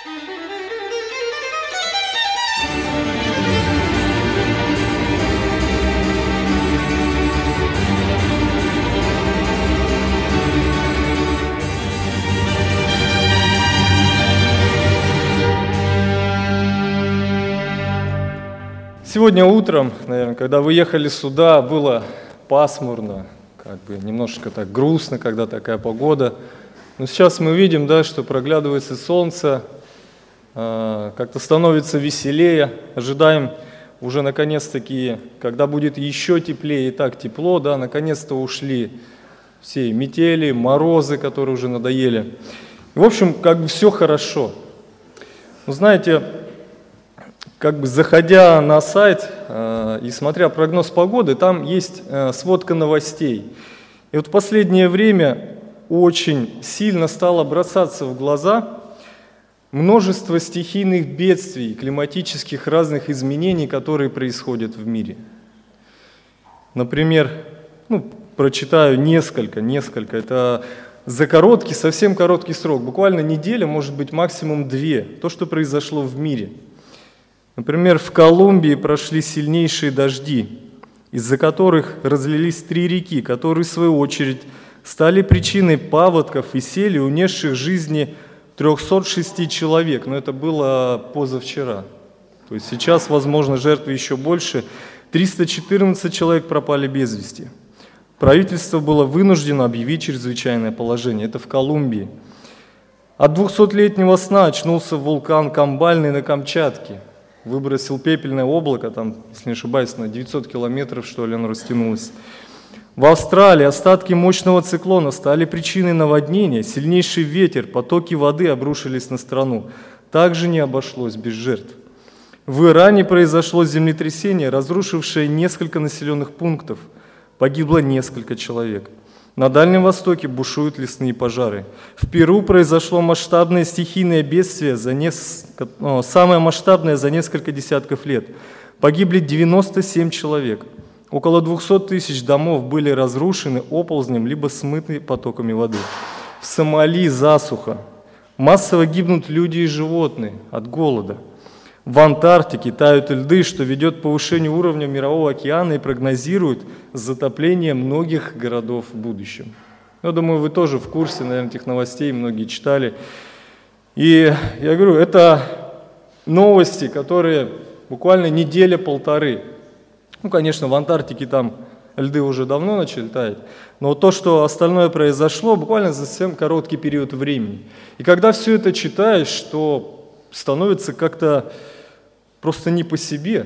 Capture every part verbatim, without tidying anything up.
Сегодня утром, наверное, когда вы ехали сюда, было пасмурно, как бы немножко так грустно, когда такая погода. Но сейчас мы видим, да, что проглядывается солнце, э, как-то становится веселее. Ожидаем уже наконец-таки, когда будет еще теплее, и так тепло, да, наконец-то ушли все метели, морозы, которые уже надоели. В общем, как бы все хорошо. Но знаете, как бы заходя на сайт э, и смотря прогноз погоды, там есть э, сводка новостей. И вот в последнее время очень сильно стало бросаться в глаза множество стихийных бедствий, климатических разных изменений, которые происходят в мире. Например, ну, прочитаю несколько, несколько. Это за короткий, совсем короткий срок, буквально неделя, может быть максимум две, то, что произошло в мире. Например, в Колумбии прошли сильнейшие дожди, из-за которых разлились три реки, которые, в свою очередь, стали причиной паводков и сели, унесших жизни трёхсот шести человек. Но это было позавчера. То есть сейчас, возможно, жертвы еще больше. триста четырнадцать человек пропали без вести. Правительство было вынуждено объявить чрезвычайное положение. Это в Колумбии. От двухсотлетнего сна очнулся вулкан Камбальный на Камчатке. Выбросил пепельное облако, там, если не ошибаюсь, на девятьсот километров, что ли, оно растянулось. В Австралии остатки мощного циклона стали причиной наводнения, сильнейший ветер, потоки воды обрушились на страну. Также не обошлось без жертв. В Иране произошло землетрясение, разрушившее несколько населенных пунктов. Погибло несколько человек. На Дальнем Востоке бушуют лесные пожары. В Перу произошло масштабное стихийное бедствие, за несколько, ну, самое масштабное за несколько десятков лет. Погибли девяносто семь человек. Около двухсот тысяч домов были разрушены оползнем, либо смыты потоками воды. В Сомали засуха. Массово гибнут люди и животные от голода. В Антарктике тают льды, что ведет к повышению уровня Мирового океана и прогнозирует затопление многих городов в будущем. Я думаю, вы тоже в курсе, наверное, этих новостей, многие читали. И я говорю, это новости, которые буквально неделя-полторы. Ну, конечно, в Антарктике там льды уже давно начали таять, но то, что остальное произошло, буквально за совсем короткий период времени. И когда все это читаешь, что становится как-то просто не по себе.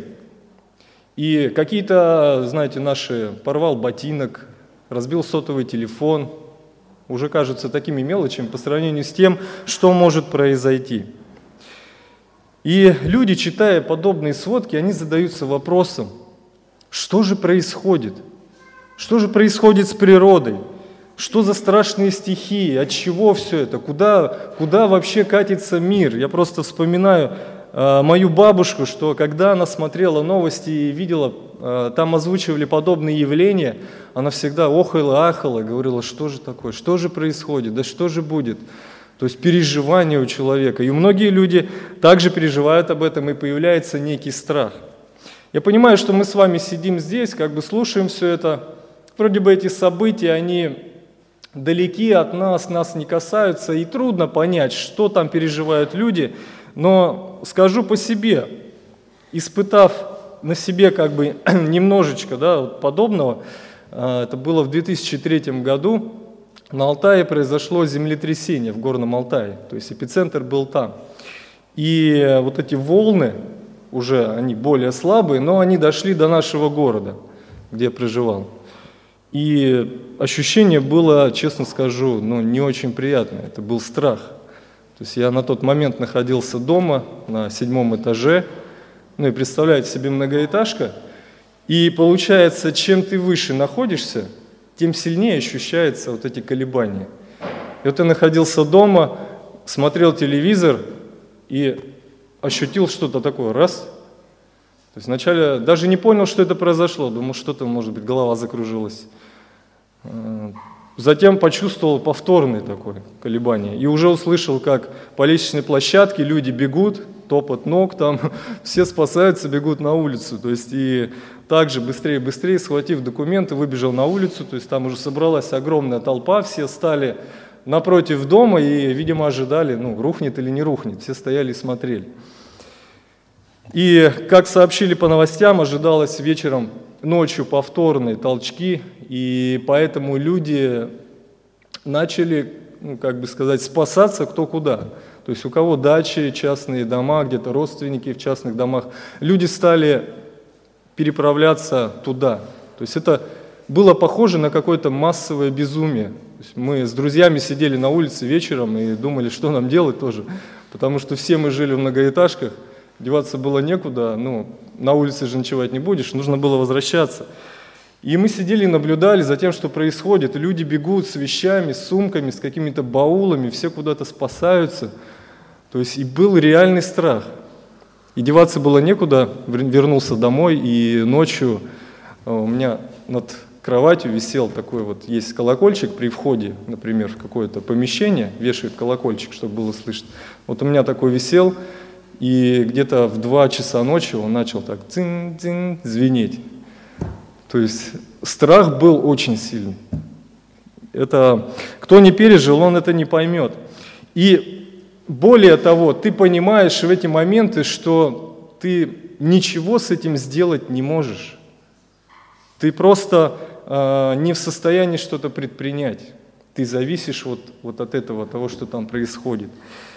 И какие-то, знаете, наши, порвал ботинок, разбил сотовый телефон, уже кажутся такими мелочами по сравнению с тем, что может произойти. И люди, читая подобные сводки, они задаются вопросом, что же происходит? Что же происходит с природой? Что за страшные стихии? От чего все это? Куда, куда вообще катится мир? Я просто вспоминаю э, мою бабушку, что когда она смотрела новости и видела, э, там озвучивали подобные явления, она всегда охала, ахала, говорила, что же такое, что же происходит, да что же будет? То есть переживания у человека. И многие люди также переживают об этом, и появляется некий страх. Я понимаю, что мы с вами сидим здесь, как бы слушаем все это. Вроде бы эти события, они далеки от нас, нас не касаются, и трудно понять, что там переживают люди, но скажу по себе, испытав на себе как бы немножечко, да, вот подобного, это было в две тысячи третьем году, на Алтае произошло землетрясение в Горном Алтае, то есть эпицентр был там. И вот эти волны, уже они более слабые, но они дошли до нашего города, где я проживал. И ощущение было, честно скажу, ну, не очень приятное. Это был страх. То есть я на тот момент находился дома на седьмом этаже. Ну и представляете себе многоэтажка. И получается, чем ты выше находишься, тем сильнее ощущаются вот эти колебания. И вот я находился дома, смотрел телевизор и ощутил что-то такое. Раз. То есть вначале даже не понял, что это произошло. Думал, что-то, может быть, голова закружилась. Затем почувствовал повторное такое колебание. И уже услышал, как по лестничной площадке люди бегут, топот ног, там все спасаются, бегут на улицу. То есть и также быстрее, быстрее, схватив документы, выбежал на улицу. То есть там уже собралась огромная толпа, все стали напротив дома и, видимо, ожидали, ну, рухнет или не рухнет. Все стояли и смотрели. И, как сообщили по новостям, ожидалось вечером, ночью повторные толчки, и поэтому люди начали, ну, как бы сказать, спасаться кто куда. То есть у кого дачи, частные дома, где-то родственники в частных домах. Люди стали переправляться туда. То есть это было похоже на какое-то массовое безумие. То есть мы с друзьями сидели на улице вечером и думали, что нам делать тоже. Потому что все мы жили в многоэтажках, деваться было некуда, ну, на улице же ночевать не будешь, нужно было возвращаться. И мы сидели и наблюдали за тем, что происходит. Люди бегут с вещами, с сумками, с какими-то баулами, все куда-то спасаются. То есть и был реальный страх. И деваться было некуда, вернулся домой, и ночью у меня над кроватью висел такой вот, есть колокольчик при входе, например, в какое-то помещение, вешают колокольчик, чтобы было слышно. Вот у меня такой висел, и где-то в два часа ночи он начал так цин-цин звенеть. То есть страх был очень сильный. Это, кто не пережил, он это не поймет. И более того, ты понимаешь в эти моменты, что ты ничего с этим сделать не можешь. Ты просто э, не в состоянии что-то предпринять. Ты зависишь вот, вот от этого, того, что там происходит.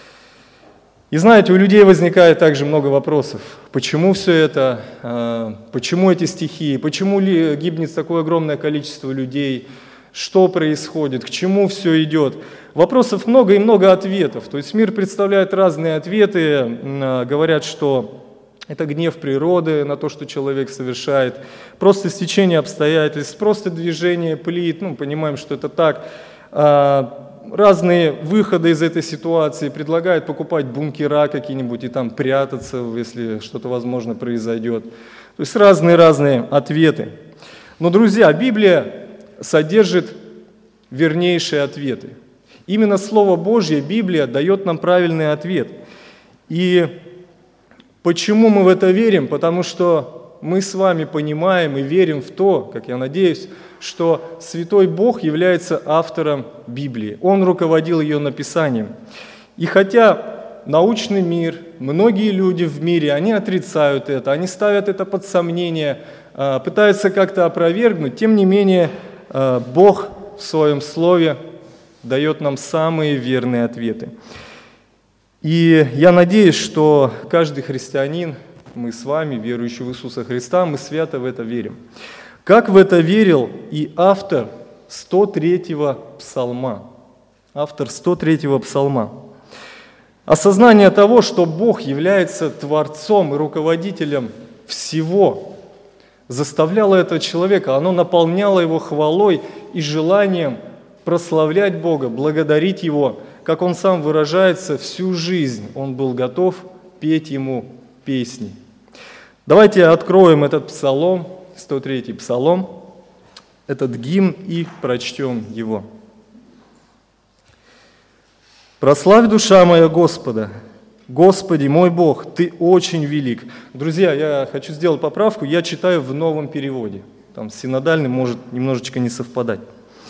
И знаете, у людей возникает также много вопросов. Почему все это? Э, почему эти стихии? Почему ли гибнет такое огромное количество людей? Что происходит? К чему все идет? Вопросов много и много ответов. То есть мир представляет разные ответы. Э, говорят, что это гнев природы на то, что человек совершает, просто стечение обстоятельств, просто движение плит, ну, понимаем, что это так. Разные выходы из этой ситуации, предлагают покупать бункера какие-нибудь и там прятаться, если что-то, возможно, произойдет. То есть разные-разные ответы. Но, друзья, Библия содержит вернейшие ответы. Именно Слово Божье, Библия, дает нам правильный ответ. И почему мы в это верим? Потому что мы с вами понимаем и верим в то, как я надеюсь, что Святой Бог является автором Библии. Он руководил ее написанием. И хотя научный мир, многие люди в мире, они отрицают это, они ставят это под сомнение, пытаются как-то опровергнуть, тем не менее Бог в Своем Слове дает нам самые верные ответы. И я надеюсь, что каждый христианин, мы с вами, верующие в Иисуса Христа, мы свято в это верим. Как в это верил и автор сто третьего псалма. Автор сто третьего псалма. Осознание того, что Бог является Творцом и руководителем всего, заставляло этого человека, оно наполняло его хвалой и желанием прославлять Бога, благодарить Его. Как он сам выражается, всю жизнь он был готов петь Ему песни. Давайте откроем этот псалом, сто третий псалом, этот гимн, и прочтем его. «Прославь, душа моя, Господа! Господи, мой Бог, Ты очень велик». Друзья, я хочу сделать поправку, я читаю в новом переводе. Там синодальный может немножечко не совпадать.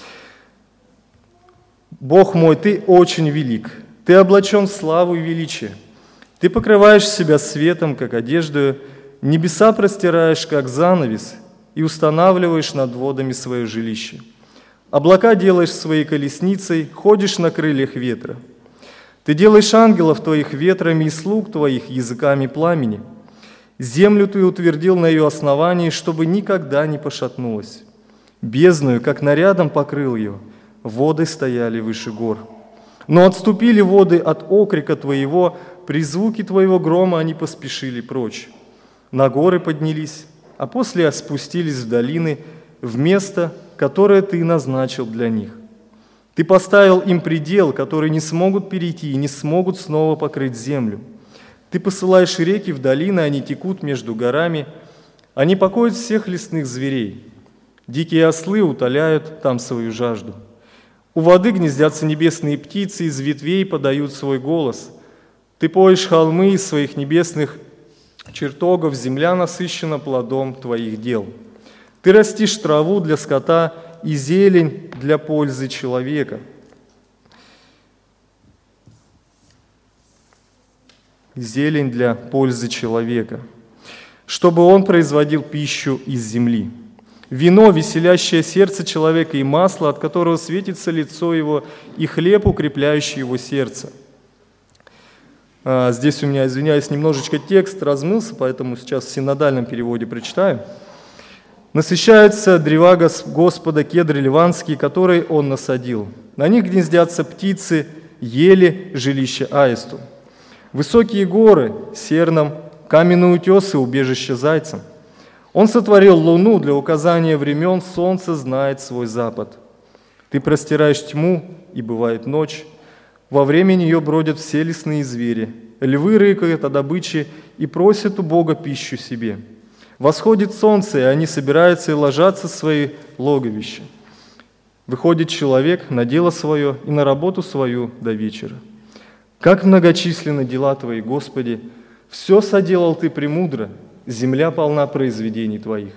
«Бог мой, Ты очень велик, Ты облачен в славу и величие. Ты покрываешь себя светом, как одеждою, небеса простираешь, как занавес, и устанавливаешь над водами свое жилище. Облака делаешь своей колесницей, ходишь на крыльях ветра. Ты делаешь ангелов Твоих ветрами и слуг Твоих языками пламени. Землю Ты утвердил на ее основании, чтобы никогда не пошатнулась. Бездную, как нарядом, покрыл ее, воды стояли выше гор. Но отступили воды от окрика Твоего, при звуке Твоего грома они поспешили прочь. На горы поднялись, а после спустились в долины, в место, которое Ты назначил для них. Ты поставил им предел, который не смогут перейти и не смогут снова покрыть землю. Ты посылаешь реки в долины, они текут между горами, они покоят всех лесных зверей. Дикие ослы утоляют там свою жажду. У воды гнездятся небесные птицы, из ветвей подают свой голос. Ты поешь холмы из своих небесных чертогов, земля насыщена плодом твоих дел. Ты растишь траву для скота и зелень для пользы человека. Зелень для пользы человека, чтобы он производил пищу из земли. Вино, веселящее сердце человека, и масло, от которого светится лицо его, и хлеб, укрепляющий его сердце. Здесь у меня, извиняюсь, немножечко текст размылся, поэтому сейчас в синодальном переводе прочитаю. «Насыщаются древа Господа кедры ливанские, которые Он насадил. На них гнездятся птицы, ели жилище аисту. Высокие горы серном, каменные утесы, убежище зайцам. Он сотворил луну для указания времен, солнце знает свой запад. Ты простираешь тьму, и бывает ночь. Во время нее бродят все лесные звери. Львы рыкают о добыче и просят у Бога пищу себе. Восходит солнце, и они собираются и ложатся в свои логовища. Выходит человек на дело свое и на работу свою до вечера. Как многочисленны дела Твои, Господи! Все соделал Ты премудро, земля полна произведений Твоих.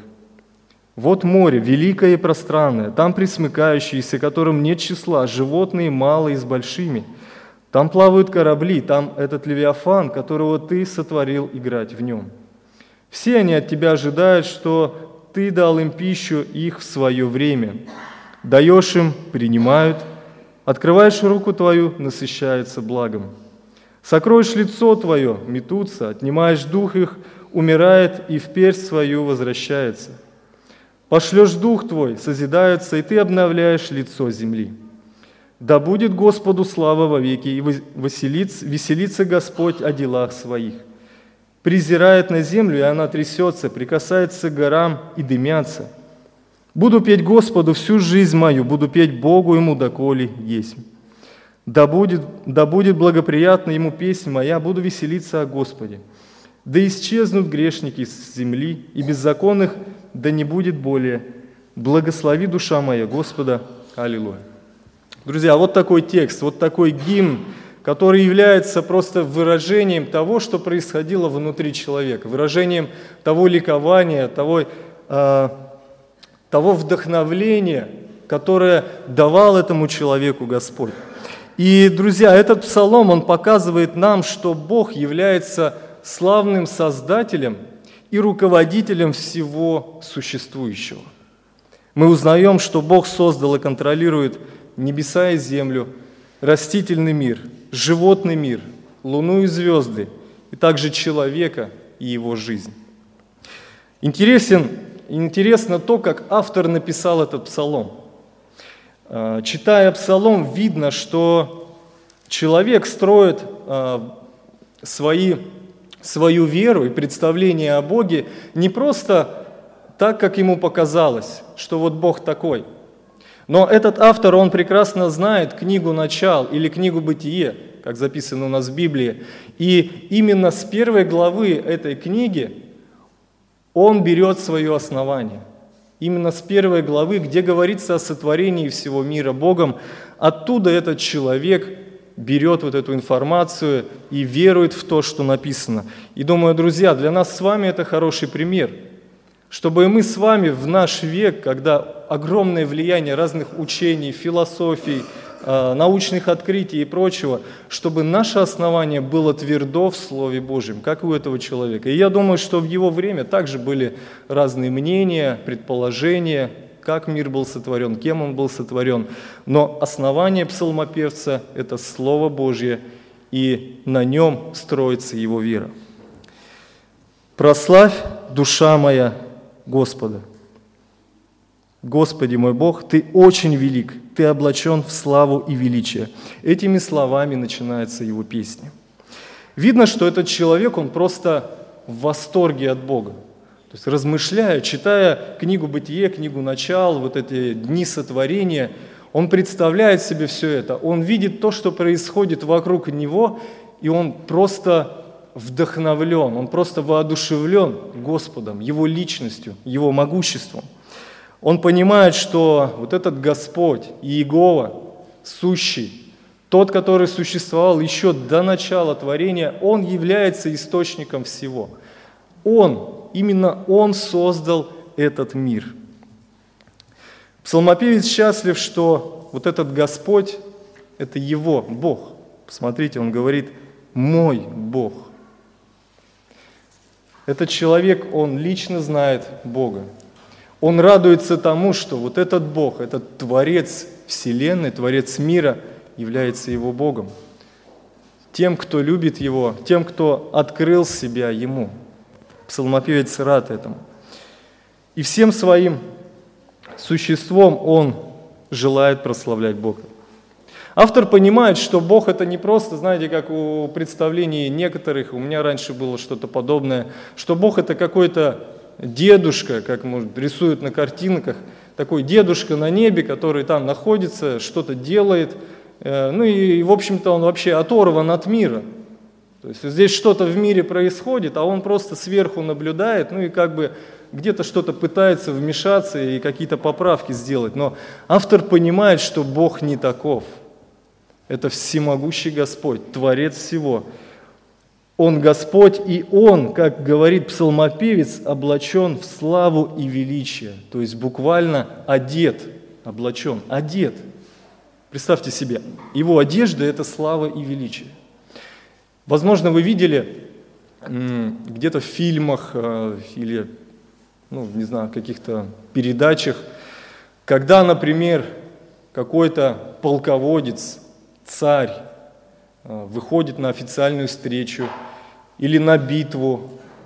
Вот море, великое и пространное, там присмыкающиеся, которым нет числа, животные малые с большими. Там плавают корабли, там этот Левиафан, которого Ты сотворил играть в нем. Все они от Тебя ожидают, что Ты дал им пищу их в свое время. Даешь им, принимают, открываешь руку Твою, насыщаются благом. Сокроешь лицо Твое, метутся, отнимаешь дух их, умирает и в перь свою возвращается. Пошлешь дух Твой, созидаются, и Ты обновляешь лицо земли. Да будет Господу слава вовеки, и веселится, веселится Господь о делах Своих. Презирает на землю, и она трясется, прикасается к горам и дымятся. Буду петь Господу всю жизнь мою, буду петь Богу Ему, доколе есть. Да будет, да будет благоприятна Ему песнь моя, буду веселиться о Господе. Да исчезнут грешники с земли, и беззаконных да не будет более. Благослови душа моя Господа. Аллилуйя». Друзья, вот такой текст, вот такой гимн, который является просто выражением того, что происходило внутри человека, выражением того ликования, того, э, того вдохновления, которое давал этому человеку Господь. И, друзья, этот псалом, он показывает нам, что Бог является славным Создателем и руководителем всего существующего. Мы узнаем, что Бог создал и контролирует небеса и землю, растительный мир, животный мир, луну и звезды, и также человека и его жизнь. Интересен, интересно то, как автор написал этот псалом. Читая псалом, видно, что человек строит свои, свою веру и представление о Боге не просто так, как ему показалось, что вот Бог такой. Но этот автор, он прекрасно знает книгу «Начал» или книгу «Бытие», как записано у нас в Библии. И именно с первой главы этой книги он берет свое основание. Именно с первой главы, где говорится о сотворении всего мира Богом, оттуда этот человек берет вот эту информацию и верует в то, что написано. И думаю, друзья, для нас с вами это хороший пример, чтобы мы с вами в наш век, когда огромное влияние разных учений, философий, научных открытий и прочего, чтобы наше основание было твердо в Слове Божьем, как у этого человека. И я думаю, что в его время также были разные мнения, предположения, как мир был сотворен, кем он был сотворен. Но основание псалмопевца – это Слово Божье, и на нем строится его вера. «Прославь, душа моя, Господа». Господи мой Бог, Ты очень велик, Ты облачен в славу и величие. Этими словами начинается его песня. Видно, что этот человек, он просто в восторге от Бога. То есть размышляя, читая книгу «Бытие», книгу «Начал», вот эти дни сотворения, он представляет себе все это, он видит то, что происходит вокруг него, и он просто вдохновлен, он просто воодушевлен Господом, Его личностью, Его могуществом. Он понимает, что вот этот Господь, Иегова, сущий, тот, который существовал еще до начала творения, Он является источником всего. Он, именно Он создал этот мир. Псалмопевец счастлив, что вот этот Господь – это Его Бог. Посмотрите, он говорит «мой Бог». Этот человек, он лично знает Бога. Он радуется тому, что вот этот Бог, этот Творец Вселенной, Творец мира является Его Богом. Тем, кто любит Его, тем, кто открыл себя Ему. Псалмопевец рад этому. И всем своим существом он желает прославлять Бога. Автор понимает, что Бог это не просто, знаете, как у представлений некоторых, у меня раньше было что-то подобное, что Бог это какой-то дедушка, как может, рисуют на картинках, такой дедушка на небе, который там находится, что-то делает, ну и, в общем-то, он вообще оторван от мира. То есть здесь что-то в мире происходит, а он просто сверху наблюдает, ну и как бы где-то что-то пытается вмешаться и какие-то поправки сделать. Но автор понимает, что Бог не таков. Это всемогущий Господь, Творец всего. Он Господь, и Он, как говорит псалмопевец, облачен в славу и величие. То есть буквально одет, облачен, одет. Представьте себе, Его одежда – это слава и величие. Возможно, вы видели где-то в фильмах или, ну, не знаю, каких-то передачах, когда, например, какой-то полководец, царь выходит на официальную встречу или на битву,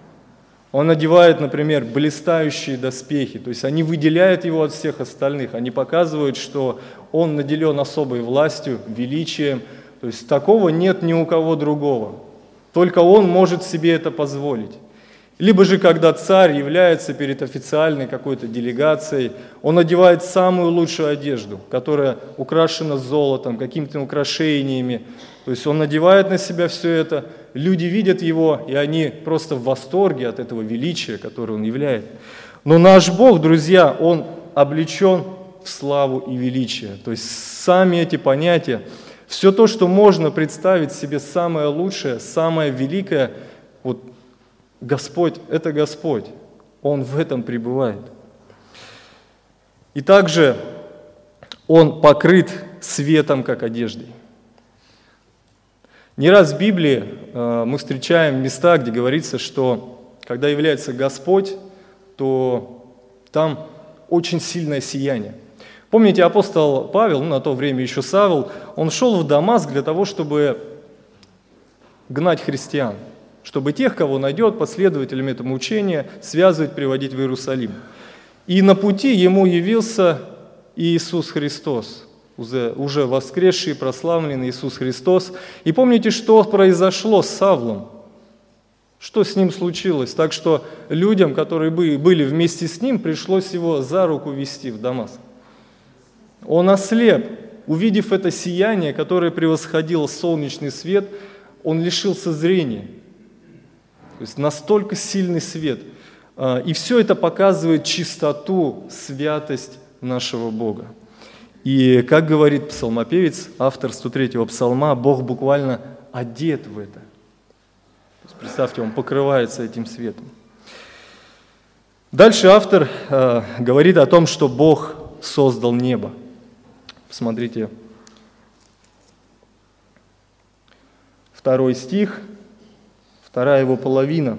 он надевает, например, блистающие доспехи, то есть они выделяют его от всех остальных, они показывают, что он наделен особой властью, величием, то есть такого нет ни у кого другого, только он может себе это позволить. Либо же, когда царь является перед официальной какой-то делегацией, он одевает самую лучшую одежду, которая украшена золотом, какими-то украшениями. То есть он надевает на себя все это, люди видят его, и они просто в восторге от этого величия, которое он являет. Но наш Бог, друзья, Он облечен в славу и величие. То есть сами эти понятия, все то, что можно представить себе самое лучшее, самое великое, вот Господь – это Господь, Он в этом пребывает. И также Он покрыт светом, как одеждой. Не раз в Библии э, мы встречаем места, где говорится, что когда является Господь, то там очень сильное сияние. Помните, апостол Павел, ну, на то время еще Савл, он шел в Дамаск для того, чтобы гнать христиан, чтобы тех, кого найдет, последователями этому учения, связывать, приводить в Иерусалим. И на пути ему явился Иисус Христос, уже, уже воскресший и прославленный Иисус Христос. И помните, что произошло с Савлом? Что с ним случилось? Так что людям, которые были вместе с ним, пришлось его за руку вести в Дамаск. Он ослеп, увидев это сияние, которое превосходило солнечный свет, он лишился зрения. То есть настолько сильный свет. И все это показывает чистоту, святость нашего Бога. И, как говорит псалмопевец, автор сто третьего псалма, Бог буквально одет в это. То есть, представьте, Он покрывается этим светом. Дальше автор э, говорит о том, что Бог создал небо. Посмотрите, второй стих, вторая его половина.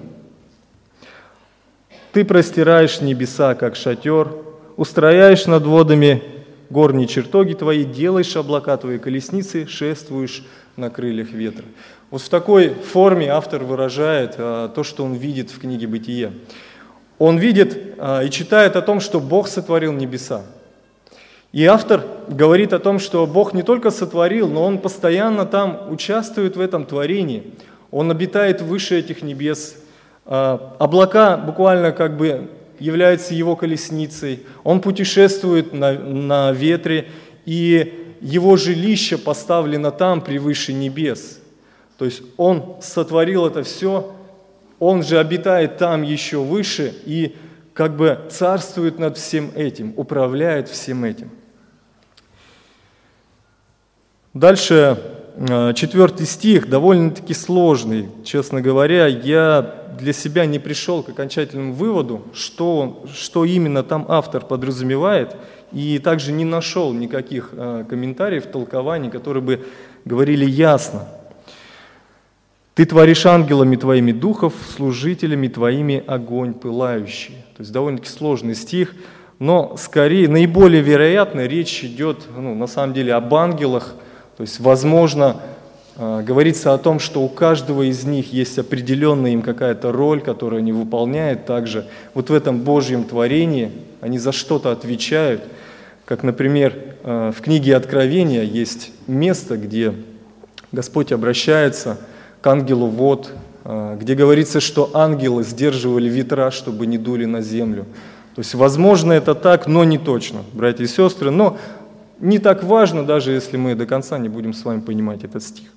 «Ты простираешь небеса, как шатер, устрояешь над водами горние чертоги твои, делаешь облака твои колесницы, шествуешь на крыльях ветра». Вот в такой форме автор выражает а, то, что он видит в книге «Бытие». Он видит а, и читает о том, что Бог сотворил небеса. И автор говорит о том, что Бог не только сотворил, но Он постоянно там участвует в этом творении. Он обитает выше этих небес. А, облака буквально как бы является Его колесницей, Он путешествует на, на ветре, и Его жилище поставлено там, превыше небес. То есть Он сотворил это все, Он же обитает там еще выше и как бы царствует над всем этим, управляет всем этим. Дальше четвертый стих, довольно-таки сложный. Честно говоря, я для себя не пришел к окончательному выводу, что, что именно там автор подразумевает, и также не нашел никаких комментариев, толкований, которые бы говорили ясно. «Ты творишь ангелами твоими духов, служителями твоими огонь пылающий». То есть довольно-таки сложный стих, но скорее, наиболее вероятно, речь идет ну, на самом деле об ангелах. То есть, возможно, э, говорится о том, что у каждого из них есть определенная им какая-то роль, которую они выполняют. Также вот в этом Божьем творении они за что-то отвечают. Как, например, э, в книге Откровения есть место, где Господь обращается к ангелу вод, э, где говорится, что ангелы сдерживали ветра, чтобы не дули на землю. То есть, возможно, это так, но не точно, братья и сестры. Но не так важно, даже если мы до конца не будем с вами понимать этот стих.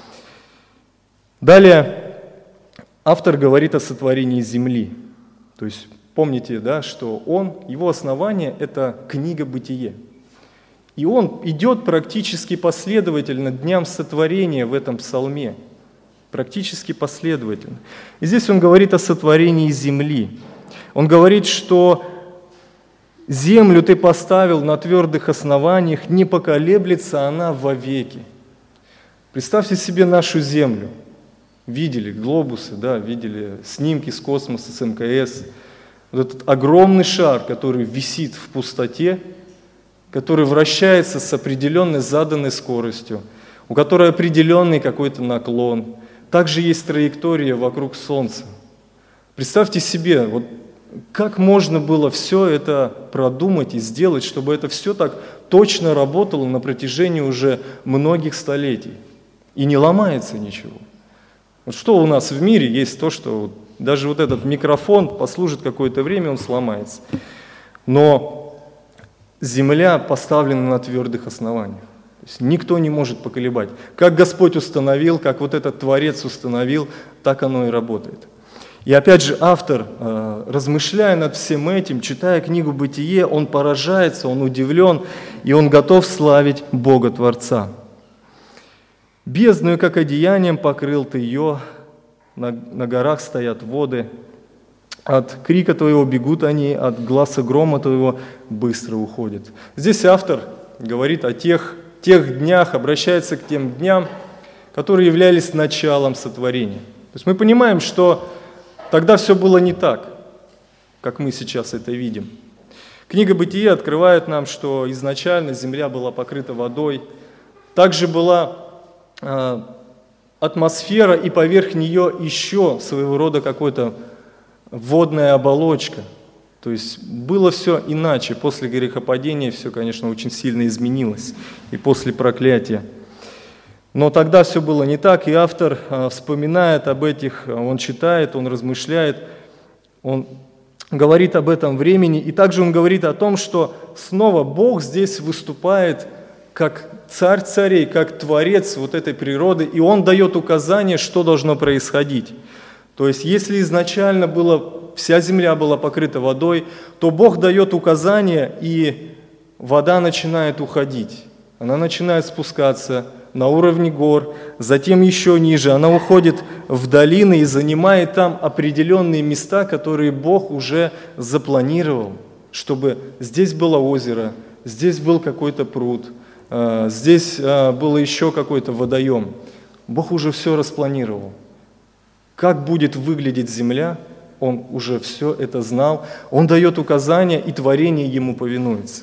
Далее автор говорит о сотворении земли. То есть помните, да, что он, его основание – это книга «Бытие». И он идет практически последовательно дням сотворения в этом псалме. Практически последовательно. И здесь он говорит о сотворении земли. Он говорит, что землю ты поставил на твердых основаниях, не поколеблется она вовеки. Представьте себе нашу землю. Видели глобусы, да, видели снимки с космоса, с эм ка эс. Вот этот огромный шар, который висит в пустоте, который вращается с определенной заданной скоростью, у которой определенный какой-то наклон. Также есть траектория вокруг Солнца. Представьте себе, вот как можно было все это продумать и сделать, чтобы это все так точно работало на протяжении уже многих столетий и не ломается ничего. Вот что у нас в мире есть то, что вот даже вот этот микрофон послужит какое-то время, он сломается. Но земля поставлена на твердых основаниях. То есть никто не может поколебать. Как Господь установил, как вот этот Творец установил, так оно и работает. И опять же автор, размышляя над всем этим, читая книгу «Бытие», он поражается, он удивлен, и он готов славить Бога Творца. «Бездную, как одеянием, покрыл ты ее, на, на горах стоят воды, от крика твоего бегут они, от гласа грома твоего быстро уходят». Здесь автор говорит о тех, тех днях, обращается к тем дням, которые являлись началом сотворения. То есть мы понимаем, что тогда все было не так, как мы сейчас это видим. Книга «Бытие» открывает нам, что изначально земля была покрыта водой, также была э, атмосфера, и поверх нее еще своего рода какая-то водная оболочка. То есть было все иначе. После грехопадения все, конечно, очень сильно изменилось, и после проклятия. Но тогда все было не так, и автор э, вспоминает об этих, он читает, он размышляет, он говорит об этом времени, и также он говорит о том, что снова Бог здесь выступает как царь царей, как творец вот этой природы, и он дает указания, что должно происходить. То есть если изначально было, вся земля была покрыта водой, то Бог дает указания, и вода начинает уходить, она начинает спускаться на уровне гор, затем еще ниже. Она уходит в долины и занимает там определенные места, которые Бог уже запланировал, чтобы здесь было озеро, здесь был какой-то пруд, здесь было еще какой-то водоем. Бог уже все распланировал. Как будет выглядеть земля, Он уже все это знал. Он дает указания, и творение Ему повинуется.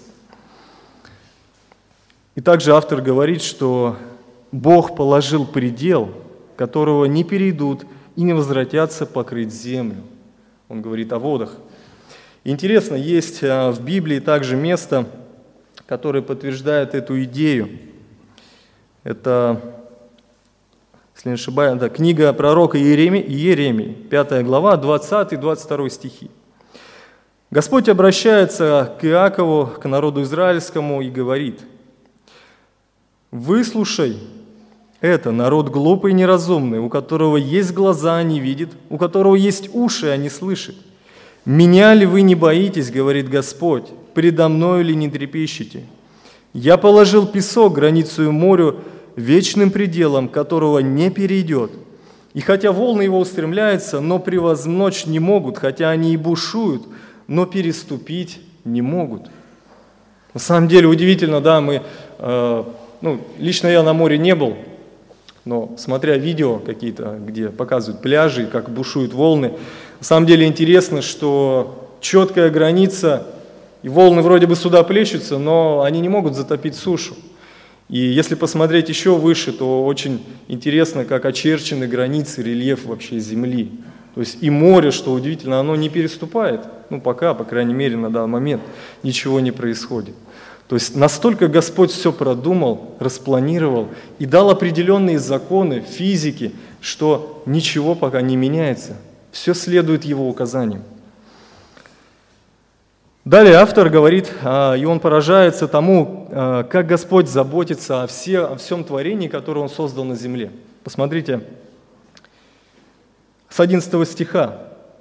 И также автор говорит, что Бог положил предел, которого не перейдут и не возвратятся покрыть землю. Он говорит о водах. Интересно, есть в Библии также место, которое подтверждает эту идею. Это, если не ошибаюсь, да, книга пророка Иеремии, Иеремии, пятая глава, двадцатый двадцать второй стихи. Господь обращается к Иакову, к народу израильскому, и говорит: «Выслушай это, народ глупый и неразумный, у которого есть глаза, а не видит, у которого есть уши, а не слышит. Меня ли вы не боитесь, говорит Господь, предо мною ли не трепещете? Я положил песок, границу морю, вечным пределом, которого не перейдет. И хотя волны его устремляются, но превозмочь не могут, хотя они и бушуют, но переступить не могут». На самом деле удивительно, да, мы, э, ну, лично я на море не был, но смотря видео какие-то, где показывают пляжи, как бушуют волны, на самом деле интересно, что четкая граница, и волны вроде бы сюда плещутся, но они не могут затопить сушу. И если посмотреть еще выше, то очень интересно, как очерчены границы, рельеф вообще Земли. То есть и море, что удивительно, оно не переступает. Ну пока, по крайней мере, на данный момент ничего не происходит. То есть настолько Господь все продумал, распланировал и дал определенные законы физики, что ничего пока не меняется. Все следует Его указаниям. Далее автор говорит, и он поражается тому, как Господь заботится о, все, о всем творении, которое Он создал на земле. Посмотрите, с одиннадцатого стиха,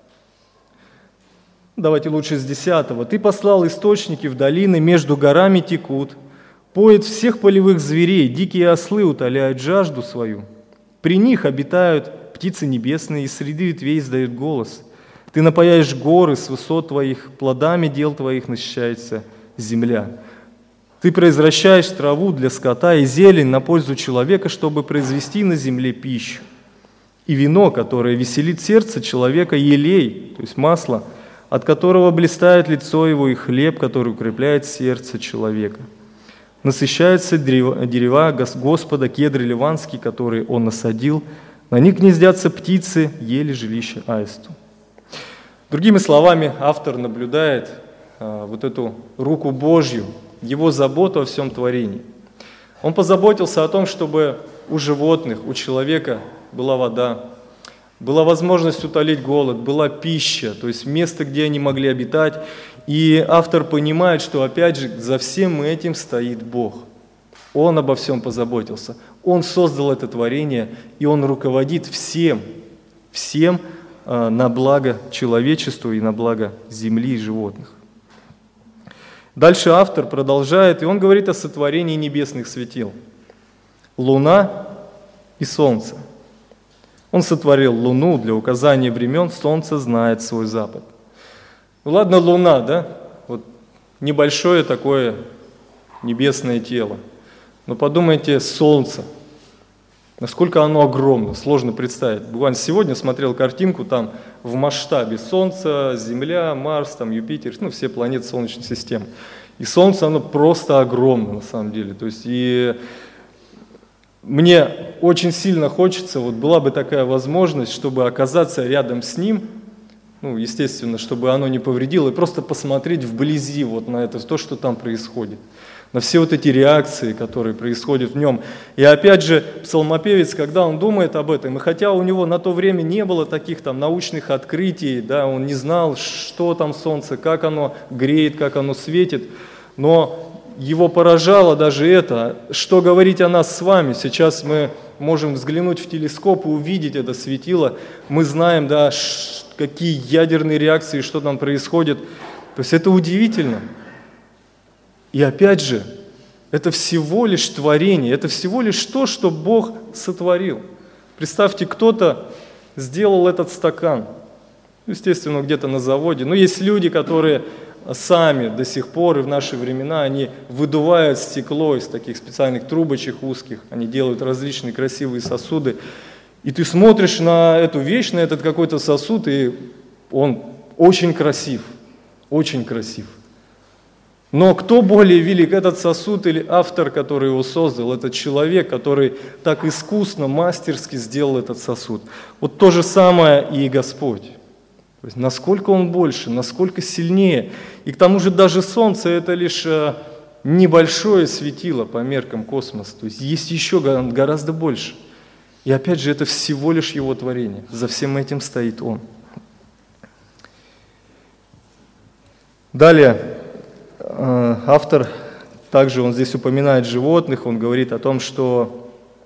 давайте лучше с десятого. «Ты послал источники в долины, между горами текут, поет всех полевых зверей, дикие ослы утоляют жажду свою. При них обитают птицы небесные, и среди ветвей издают голос. Ты напояешь горы с высот твоих, плодами дел твоих насыщается земля. Ты произвращаешь траву для скота и зелень на пользу человека, чтобы произвести на земле пищу. И вино, которое веселит сердце человека, елей, то есть масло, от которого блистает лицо его, и хлеб, который укрепляет сердце человека. Насыщаются дерева, дерева Господа, кедры ливанские, которые Он насадил, на них гнездятся птицы, ели жилище аисту». Другими словами, автор наблюдает а, вот эту руку Божью, Его заботу о всем творении. Он позаботился о том, чтобы у животных, у человека была вода, была возможность утолить голод, была пища, то есть место, где они могли обитать. И автор понимает, что опять же за всем этим стоит Бог. Он обо всем позаботился. Он создал это творение, и Он руководит всем, всем, на благо человечеству и на благо земли и животных. Дальше автор продолжает, и он говорит о сотворении небесных светил. Луна и солнце. Он сотворил луну для указания времен, солнце знает свой запад. Ну ладно, луна, да? Вот небольшое такое небесное тело. Но подумайте, солнце. Насколько оно огромно, сложно представить. Буквально сегодня смотрел картинку, там в масштабе Солнце, Земля, Марс, там Юпитер, ну все планеты Солнечной системы. И Солнце, оно просто огромно на самом деле. То есть и мне очень сильно хочется, вот была бы такая возможность, чтобы оказаться рядом с ним, ну естественно, чтобы оно не повредило, и просто посмотреть вблизи вот на это, то, что там происходит. На все вот эти реакции, которые происходят в нем. И опять же, псалмопевец, когда он думает об этом, и хотя у него на то время не было таких там научных открытий, да, он не знал, что там солнце, как оно греет, как оно светит, но его поражало даже это, что говорить о нас с вами. Сейчас мы можем взглянуть в телескоп и увидеть это светило, мы знаем, да, какие ядерные реакции, что там происходит. То есть это удивительно. И опять же, это всего лишь творение, это всего лишь то, что Бог сотворил. Представьте, кто-то сделал этот стакан, естественно, где-то на заводе. Но есть люди, которые сами до сих пор и в наши времена, они выдувают стекло из таких специальных трубочек узких, они делают различные красивые сосуды. И ты смотришь на эту вещь, на этот какой-то сосуд, и он очень красив, очень красив. Но кто более велик, этот сосуд или автор, который его создал, этот человек, который так искусно, мастерски сделал этот сосуд. Вот то же самое и Господь. То есть насколько Он больше, насколько сильнее. И к тому же даже Солнце – это лишь небольшое светило по меркам космоса. То есть есть еще гораздо больше. И опять же, это всего лишь Его творение. За всем этим стоит Он. Далее. Автор также, он здесь упоминает животных, он говорит о том, что,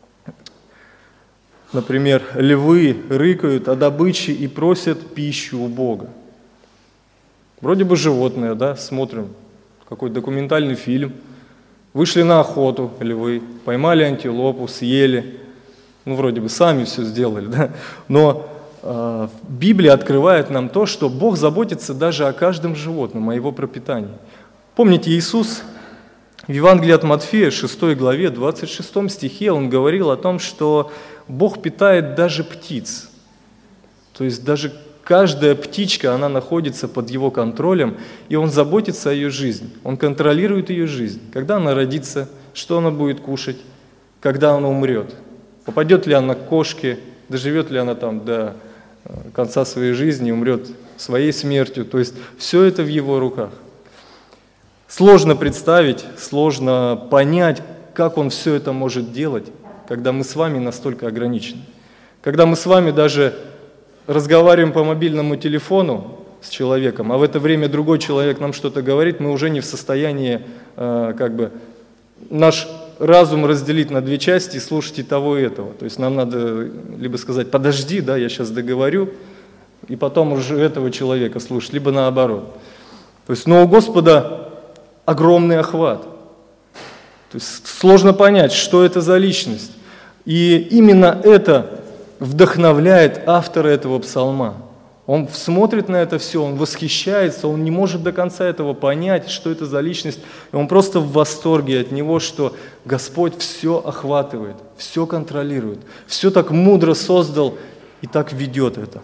например, львы рыкают о добыче и просят пищу у Бога. Вроде бы животное, да, смотрим какой-то документальный фильм, Вышли на охоту львы, поймали антилопу, съели. Ну, вроде бы сами все сделали, да? Но э, Библия открывает нам то, что Бог заботится даже о каждом животном, о его пропитании. Помните, Иисус в Евангелии от Матфея, шестой главе, двадцать шестом стихе, Он говорил о том, что Бог питает даже птиц. То есть даже каждая птичка, она находится под Его контролем, и Он заботится о ее жизни. Он контролирует ее жизнь. Когда она родится, что она будет кушать, когда она умрет. Попадет ли она к кошке, доживет ли она там до конца своей жизни, умрет своей смертью. То есть все это в Его руках. Сложно представить, сложно понять, как Он все это может делать, когда мы с вами настолько ограничены. Когда мы с вами даже разговариваем по мобильному телефону с человеком, а в это время другой человек нам что-то говорит, мы уже не в состоянии э, как бы наш разум разделить на две части и слушать и того, и этого. То есть нам надо либо сказать: подожди, да, я сейчас договорю, и потом уже этого человека слушать, либо наоборот. То есть, но у Господа огромный охват. То есть сложно понять, что это за личность. И именно это вдохновляет автора этого псалма. Он смотрит на это все, он восхищается, он не может до конца этого понять, что это за личность. И он просто в восторге от него, что Господь все охватывает, все контролирует, все так мудро создал и так ведет это.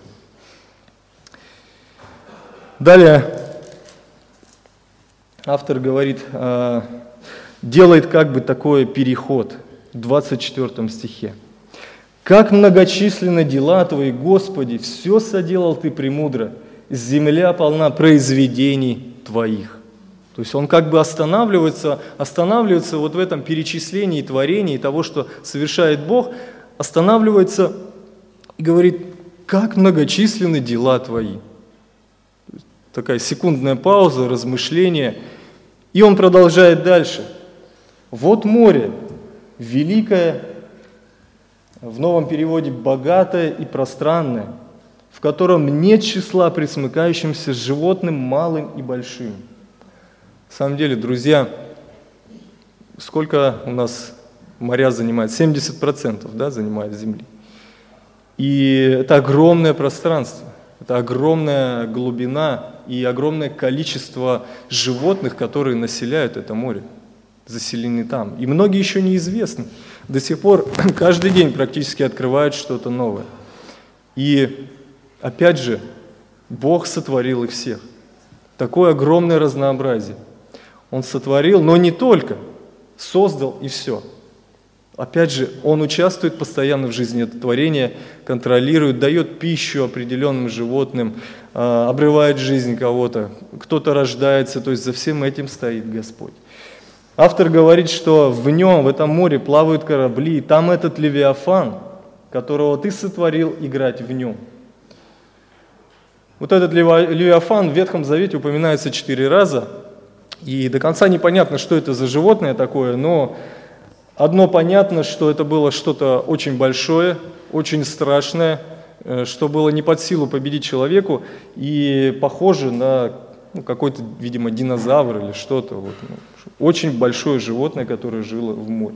Далее автор говорит, делает как бы такой переход в двадцать четвёртом стихе. «Как многочисленны дела Твои, Господи, все соделал Ты премудро, земля полна произведений Твоих». То есть он как бы останавливается, останавливается вот в этом перечислении творений, того, что совершает Бог, останавливается и говорит: «Как многочисленны дела Твои». Такая секундная пауза, размышление, и он продолжает дальше. «Вот море, великое, в новом переводе богатое и пространное, в котором нет числа присмыкающимся животным малым и большим». На самом деле, друзья, сколько у нас моря занимает? семьдесят процентов, да, занимает Земли. И это огромное пространство, это огромная глубина и огромное количество животных, которые населяют это море, заселены там. И многие еще неизвестны. До сих пор каждый день практически открывают что-то новое. И опять же, Бог сотворил их всех. Такое огромное разнообразие. Он сотворил, но не только. Создал и все. Опять же, Он участвует постоянно в жизни этого творения, контролирует, дает пищу определенным животным, обрывает жизнь кого-то, кто-то рождается, то есть за всем этим стоит Господь. Автор говорит, что в нем, в этом море плавают корабли, и там этот Левиафан, которого ты сотворил играть в нем. Вот этот Левиафан в Ветхом Завете упоминается четыре раза, и до конца непонятно, что это за животное такое, но одно понятно, что это было что-то очень большое, очень страшное, что было не под силу победить человеку, и похоже на ну, какой-то, видимо, динозавр или что-то. Вот, ну, очень большое животное, которое жило в море.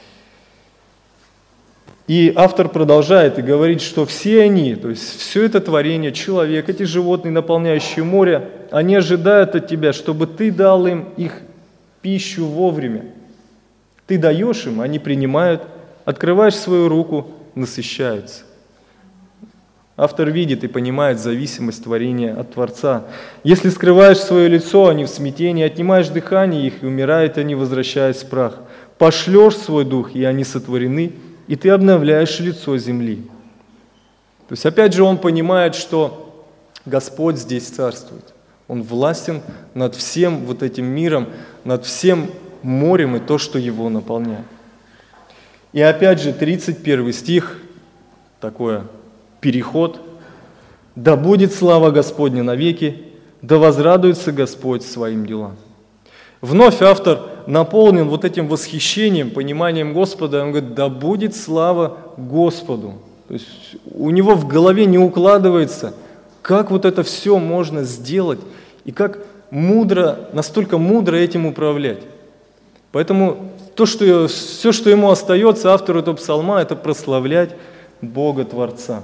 И автор продолжает и говорит, что все они, то есть все это творение, человек, эти животные, наполняющие море, они ожидают от тебя, чтобы ты дал им их пищу вовремя. Ты даешь им, они принимают, открываешь свою руку, насыщаются. Автор видит и понимает зависимость творения от Творца. Если скрываешь свое лицо, они в смятении, отнимаешь дыхание их, и умирают они, возвращаясь в прах. Пошлешь свой дух, и они сотворены, и ты обновляешь лицо земли. То есть опять же он понимает, что Господь здесь царствует. Он властен над всем вот этим миром, над всем морем и то, что его наполняет. И опять же тридцать первый стих, такое переход. «Да будет слава Господня навеки, да возрадуется Господь своим делам». Вновь автор наполнен вот этим восхищением, пониманием Господа. Он говорит: да будет слава Господу. То есть у него в голове не укладывается, как вот это все можно сделать и как мудро, настолько мудро этим управлять. Поэтому то, что, все, что ему остается, автору этого псалма, это прославлять Бога Творца.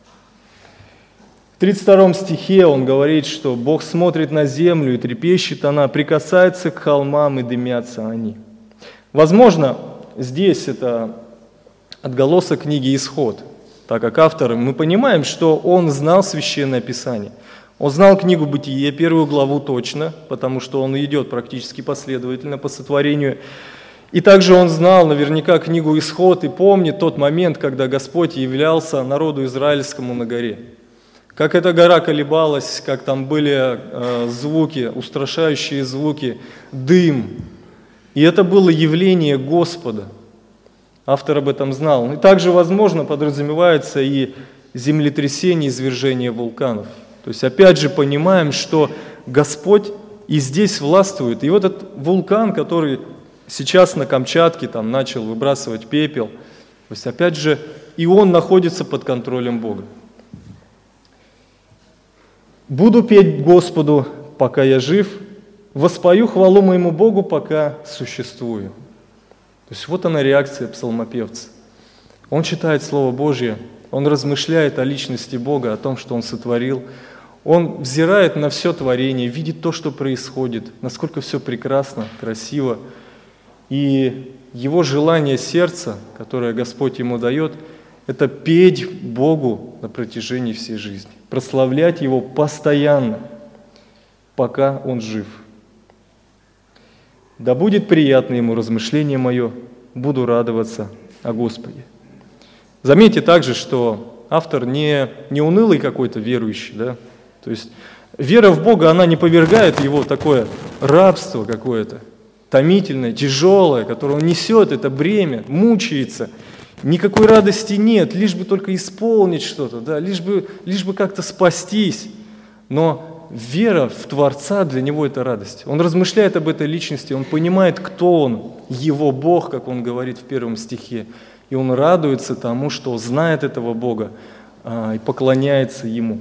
В тридцать втором стихе он говорит, что Бог смотрит на землю, и трепещет она, прикасается к холмам, и дымятся они. Возможно, здесь это отголосок книги «Исход», так как автор, мы понимаем, что он знал Священное Писание. Он знал книгу «Бытие», первую главу точно, потому что он идет практически последовательно по сотворению. И также он знал наверняка книгу «Исход» и помнит тот момент, когда Господь являлся народу израильскому на горе. Как эта гора колебалась, как там были э, звуки, устрашающие звуки, дым. И это было явление Господа. Автор об этом знал. И также, возможно, подразумевается и землетрясение, извержение вулканов. То есть, опять же, понимаем, что Господь и здесь властвует. И вот этот вулкан, который сейчас на Камчатке там начал выбрасывать пепел, то есть, опять же, и он находится под контролем Бога. «Буду петь Господу, пока я жив, воспою хвалу моему Богу, пока существую». То есть вот она реакция псалмопевца. Он читает Слово Божье, он размышляет о личности Бога, о том, что Он сотворил. Он взирает на все творение, видит то, что происходит, насколько все прекрасно, красиво. И его желание сердца, которое Господь ему дает, это петь Богу на протяжении всей жизни, прославлять Его постоянно, пока Он жив. «Да будет приятно Ему размышление мое, буду радоваться о Господе». Заметьте также, что автор не, не унылый какой-то верующий, да? То есть вера в Бога, она не повергает его в такое рабство какое-то, томительное, тяжелое, которое он несет, это бремя, мучается. Никакой радости нет, лишь бы только исполнить что-то, да, лишь бы, лишь бы как-то спастись. Но вера в Творца для него это радость. Он размышляет об этой личности, он понимает, кто он, его Бог, как он говорит в первом стихе. И он радуется тому, что знает этого Бога а, и поклоняется Ему.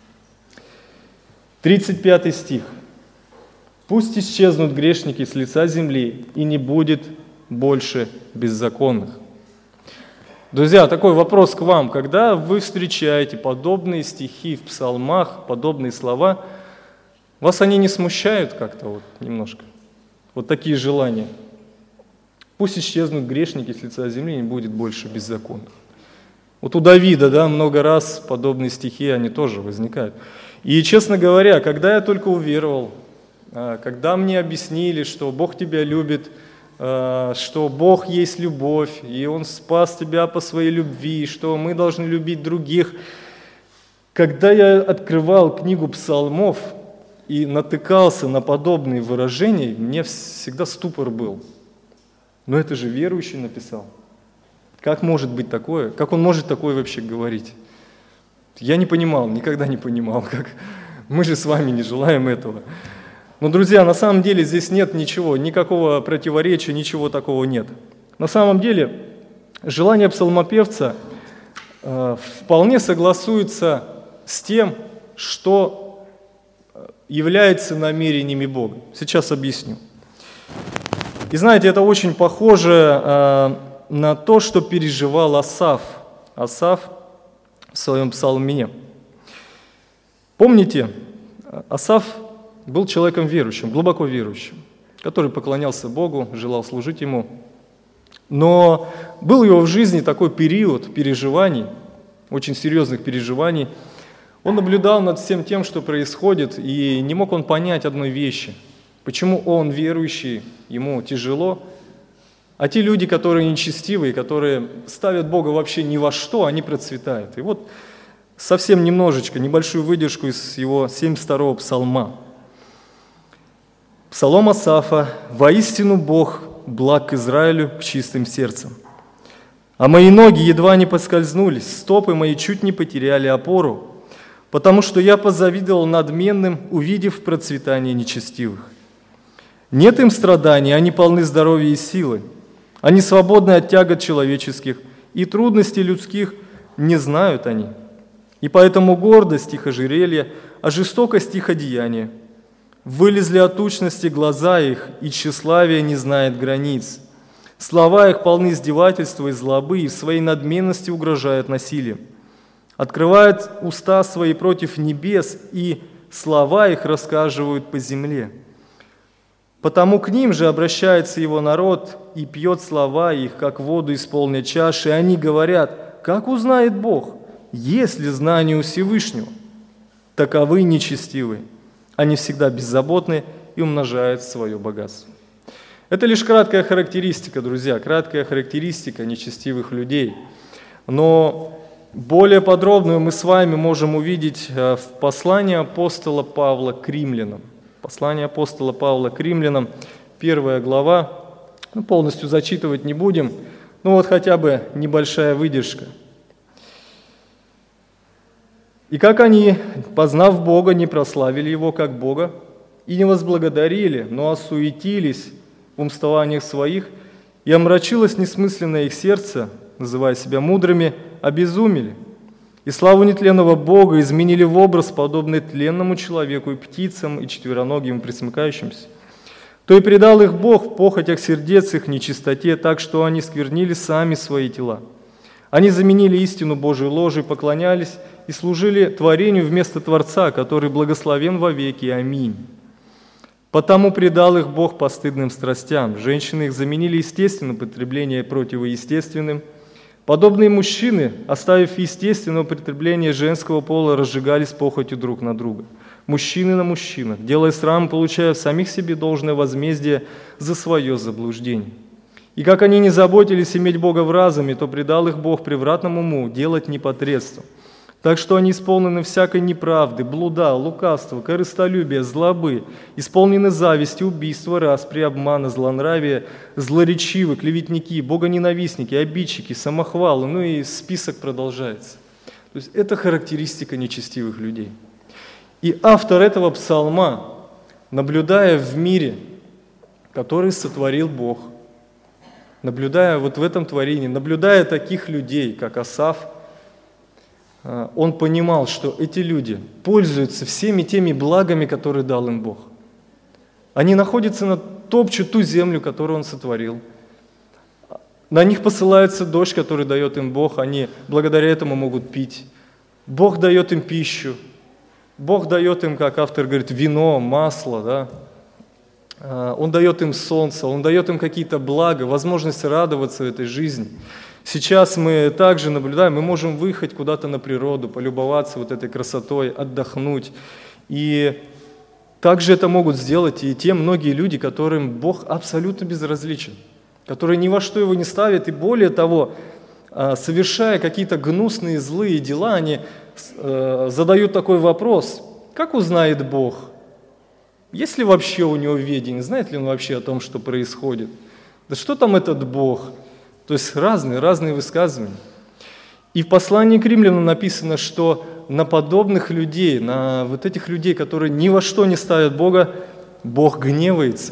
тридцать пятый стих. «Пусть исчезнут грешники с лица земли, и не будет больше беззаконных». Друзья, такой вопрос к вам. Когда вы встречаете подобные стихи в псалмах, подобные слова, вас они не смущают как-то вот немножко? Вот такие желания. Пусть исчезнут грешники с лица земли, и не будет больше беззаконных. Вот у Давида, да, много раз подобные стихи, они тоже возникают. И, честно говоря, когда я только уверовал, когда мне объяснили, что Бог тебя любит, что Бог есть любовь, и Он спас тебя по своей любви, что мы должны любить других. Когда я открывал книгу псалмов и натыкался на подобные выражения, мне всегда ступор был. Но это же верующий написал. Как может быть такое? Как он может такое вообще говорить? Я не понимал, никогда не понимал, как мы же с вами не желаем этого. Но, друзья, на самом деле здесь нет ничего, никакого противоречия, ничего такого нет. На самом деле желание псалмопевца э, вполне согласуется с тем, что является намерениями Бога. Сейчас объясню. И знаете, это очень похоже э, на то, что переживал Асаф. Асаф в своем псалме. Помните, Асаф был человеком верующим, глубоко верующим, который поклонялся Богу, желал служить Ему. Но был у него в жизни такой период переживаний, очень серьезных переживаний. Он наблюдал над всем тем, что происходит, и не мог он понять одной вещи. Почему он, верующий, ему тяжело, а те люди, которые нечестивые, которые ставят Бога вообще ни во что, они процветают. И вот совсем немножечко, небольшую выдержку из его семьдесят второго псалма. Псалом Асафа: «Воистину Бог благ к Израилю к чистым сердцем. А мои ноги едва не поскользнулись, стопы мои чуть не потеряли опору, потому что я позавидовал надменным, увидев процветание нечестивых. Нет им страданий, они полны здоровья и силы, они свободны от тягот человеческих, и трудностей людских не знают они. И поэтому гордость их ожерелья, а жестокость их одеяния. Вылезли от тучности глаза их, и тщеславие не знает границ. Слова их полны издевательства и злобы, и в своей надменности угрожают насилием. Открывают уста свои против небес, и слова их рассказывают по земле. Потому к ним же обращается его народ и пьет слова их, как воду исполнят чаши, и они говорят: как узнает Бог, есть ли знание у Всевышнего? Таковы нечестивые, они всегда беззаботны и умножают свое богатство. Это лишь краткая характеристика, друзья, краткая характеристика нечестивых людей. Но более подробную мы с вами можем увидеть в послании апостола Павла к римлянам. Послание апостола Павла к римлянам, первая глава, ну, полностью зачитывать не будем, ну вот хотя бы небольшая выдержка. «И как они, познав Бога, не прославили Его как Бога, и не возблагодарили, но осуетились в умствованиях своих, и омрачилось несмысленное их сердце, называя себя мудрыми, обезумели, и славу нетленного Бога изменили в образ, подобный тленному человеку и птицам, и четвероногим пресмыкающимся. То и предал их Бог в похотях сердец их нечистоте, так что они сквернили сами свои тела. Они заменили истину Божию ложью, поклонялись и служили творению вместо Творца, который благословен вовеки. Аминь. Потому предал их Бог постыдным страстям. Женщины их заменили естественным потреблением противоестественным. Подобные мужчины, оставив естественное употребление женского пола, разжигались похотью друг на друга. Мужчины на мужчинах, делая срам, получая в самих себе должное возмездие за свое заблуждение. И как они не заботились иметь Бога в разуме, то предал их Бог превратному уму делать непотребство. Так что они исполнены всякой неправды, блуда, лукавства, корыстолюбия, злобы, исполнены зависти, убийства, распри, обмана, злонравия, злоречивы, клеветники, богоненавистники, обидчики, самохвалы, ну и список продолжается. То есть это характеристика нечестивых людей. И автор этого псалма, наблюдая в мире, который сотворил Бог, наблюдая вот в этом творении, наблюдая таких людей, как Асаф, он понимал, что эти люди пользуются всеми теми благами, которые дал им Бог. Они находятся на топчут ту землю, которую Он сотворил. На них посылается дождь, который дает им Бог, они благодаря этому могут пить. Бог дает им пищу. Бог дает им, как автор говорит, вино, масло, да? Он дает им солнце, Он дает им какие-то блага, возможность радоваться в этой жизни. Сейчас мы также наблюдаем, мы можем выехать куда-то на природу, полюбоваться вот этой красотой, отдохнуть. И также это могут сделать и те многие люди, которым Бог абсолютно безразличен, которые ни во что Его не ставят, и более того, совершая какие-то гнусные, злые дела, они задают такой вопрос: как узнает Бог? Есть ли вообще у Него ведение? Знает ли Он вообще о том, что происходит? Да что там этот Бог? То есть разные, разные высказывания. И в послании к римлянам написано, что на подобных людей, на вот этих людей, которые ни во что не ставят Бога, Бог гневается.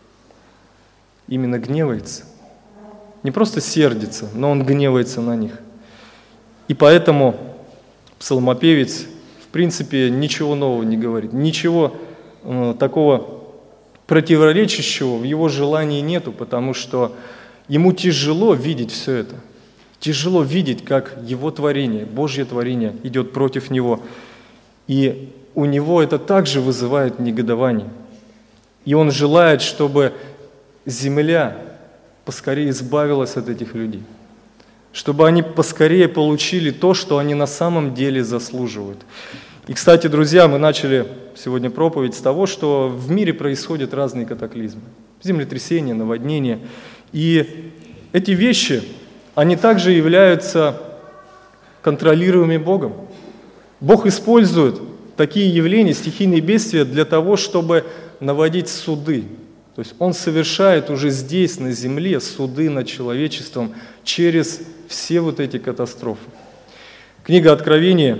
Именно гневается. Не просто сердится, но Он гневается на них. И поэтому псалмопевец, в принципе, ничего нового не говорит, ничего э, такого противоречащего в его желании нету, потому что ему тяжело видеть все это. Тяжело видеть, как его творение, Божье творение идет против него. И у него это также вызывает негодование. И он желает, чтобы земля поскорее избавилась от этих людей. Чтобы они поскорее получили то, что они на самом деле заслуживают. И, кстати, друзья, мы начали сегодня проповедь с того, что в мире происходят разные катаклизмы. Землетрясения, наводнения. И эти вещи, они также являются контролируемыми Богом. Бог использует такие явления, стихийные бедствия, для того, чтобы наводить суды. То есть Он совершает уже здесь, на земле, суды над человечеством через все вот эти катастрофы. Книга Откровения,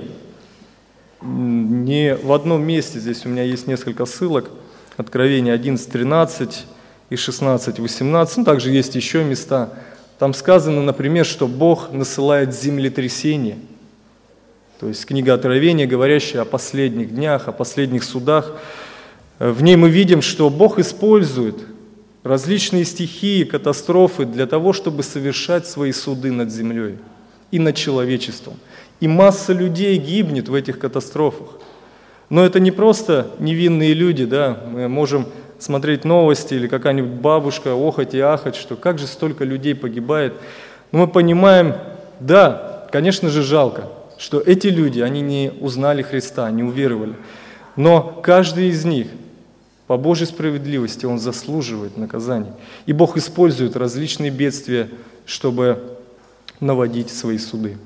не в одном месте, здесь у меня есть несколько ссылок, Откровение одиннадцать тринадцать и шестнадцать восемнадцать, ну, также есть еще места. Там сказано, например, что Бог насылает землетрясение. То есть книга Откровения, говорящая о последних днях, о последних судах. В ней мы видим, что Бог использует различные стихии, катастрофы для того, чтобы совершать свои суды над землей и над человечеством. И масса людей гибнет в этих катастрофах. Но это не просто невинные люди, да, мы можем смотреть новости или какая-нибудь бабушка охать и ахать, что как же столько людей погибает. Но мы понимаем, да, конечно же жалко, что эти люди, они не узнали Христа, не уверовали. Но каждый из них по Божьей справедливости он заслуживает наказания. И Бог использует различные бедствия, чтобы наводить свои суды.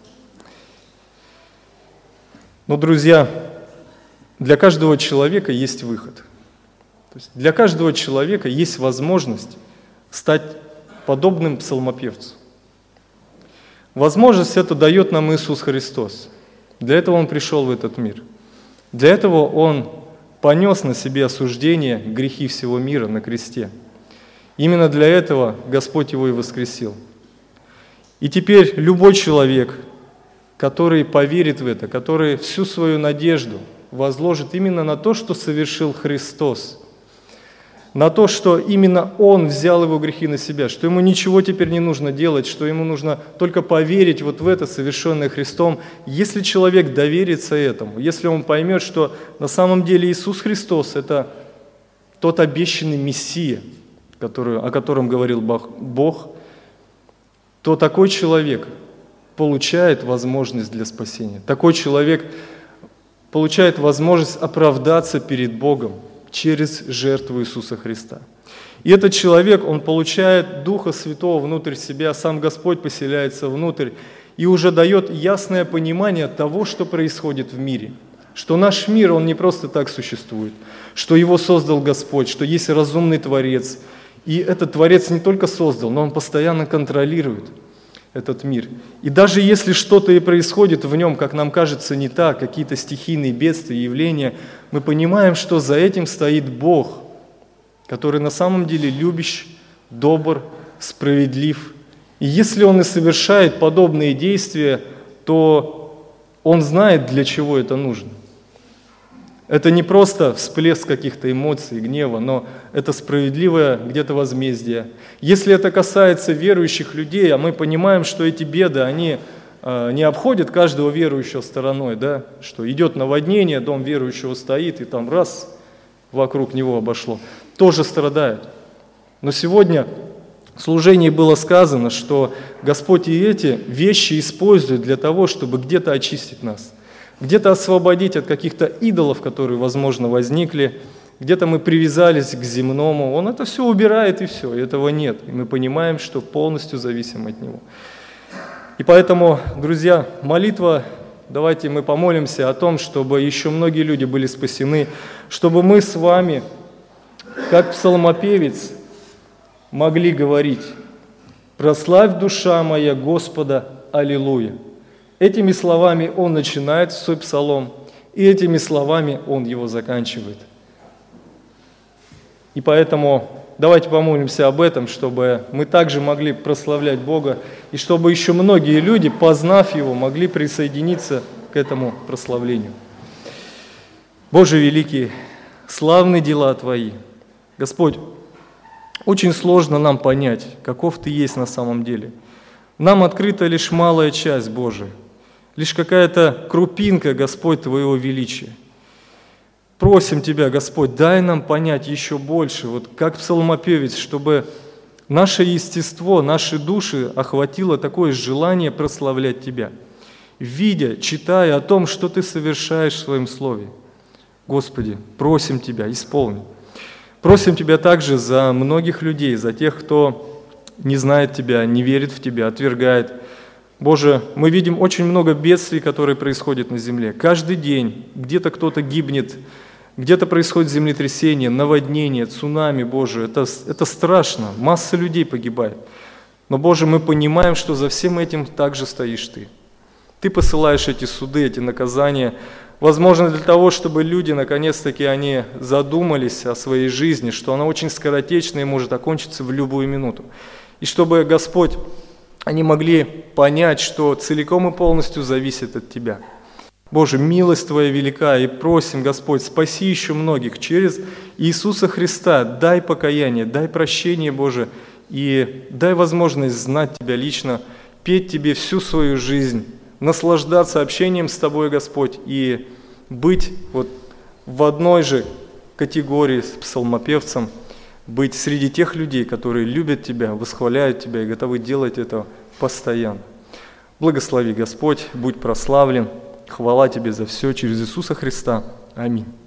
Но, друзья, для каждого человека есть выход. То есть для каждого человека есть возможность стать подобным псалмопевцу. Возможность это дает нам Иисус Христос. Для этого Он пришел в этот мир. Для этого Он понес на себе осуждение, грехи всего мира на кресте. Именно для этого Господь Его и воскресил. И теперь любой человек, который поверит в это, который всю свою надежду возложит именно на то, что совершил Христос, на то, что именно Он взял его грехи на себя, что ему ничего теперь не нужно делать, что ему нужно только поверить вот в это, совершенное Христом. Если человек доверится этому, если он поймет, что на самом деле Иисус Христос – это тот обещанный Мессия, который, о котором говорил Бог, то такой человек получает возможность для спасения. Такой человек получает возможность оправдаться перед Богом через жертву Иисуса Христа. И этот человек, он получает Духа Святого внутрь себя, сам Господь поселяется внутрь и уже дает ясное понимание того, что происходит в мире. Что наш мир, он не просто так существует, что его создал Господь, что есть разумный Творец. И этот Творец не только создал, но он постоянно контролирует этот мир. И даже если что-то и происходит в нем, как нам кажется, не так, какие-то стихийные бедствия, явления, мы понимаем, что за этим стоит Бог, который на самом деле любящ, добр, справедлив. И если Он и совершает подобные действия, то Он знает, для чего это нужно. Это не просто всплеск каких-то эмоций, гнева, но это справедливое где-то возмездие. Если это касается верующих людей, а мы понимаем, что эти беды, они э, не обходят каждого верующего стороной, да? Что идет наводнение, дом верующего стоит, и там раз вокруг него обошло, тоже страдает. Но сегодня в служении было сказано, что Господь и эти вещи использует для того, чтобы где-то очистить нас. Где-то освободить от каких-то идолов, которые, возможно, возникли, где-то мы привязались к земному. Он это все убирает, и все, и этого нет. И мы понимаем, что полностью зависим от Него. И поэтому, друзья, молитва, давайте мы помолимся о том, чтобы еще многие люди были спасены, чтобы мы с вами, как псалмопевец, могли говорить: «Прославь, душа моя, Господа, аллилуйя». Этими словами он начинает свой псалом, и этими словами он его заканчивает. И поэтому давайте помолимся об этом, чтобы мы также могли прославлять Бога, и чтобы еще многие люди, познав Его, могли присоединиться к этому прославлению. Боже великий, славны дела Твои. Господь, очень сложно нам понять, каков Ты есть на самом деле. Нам открыта лишь малая часть Божия. Лишь какая-то крупинка, Господь, Твоего величия. Просим Тебя, Господь, дай нам понять еще больше, вот как псалмопевец, чтобы наше естество, наши души охватило такое желание прославлять Тебя, видя, читая о том, что Ты совершаешь в Своем Слове. Господи, просим Тебя, исполни. Просим Тебя также за многих людей, за тех, кто не знает Тебя, не верит в Тебя, отвергает. Боже, мы видим очень много бедствий, которые происходят на земле. Каждый день где-то кто-то гибнет, где-то происходит землетрясение, наводнение, цунами, Боже. Это, это страшно, масса людей погибает. Но, Боже, мы понимаем, что за всем этим также стоишь Ты. Ты посылаешь эти суды, эти наказания, возможно, для того, чтобы люди, наконец-таки, они задумались о своей жизни, что она очень скоротечная и может окончиться в любую минуту. И чтобы, Господь, они могли понять, что целиком и полностью зависит от Тебя. Боже, милость Твоя велика, и просим, Господь, спаси еще многих через Иисуса Христа. Дай покаяние, дай прощение, Боже, и дай возможность знать Тебя лично, петь Тебе всю свою жизнь, наслаждаться общением с Тобой, Господь, и быть вот в одной же категории с псалмопевцем, быть среди тех людей, которые любят Тебя, восхваляют Тебя и готовы делать это постоянно. Благослови, Господь, будь прославлен. Хвала Тебе за все через Иисуса Христа. Аминь.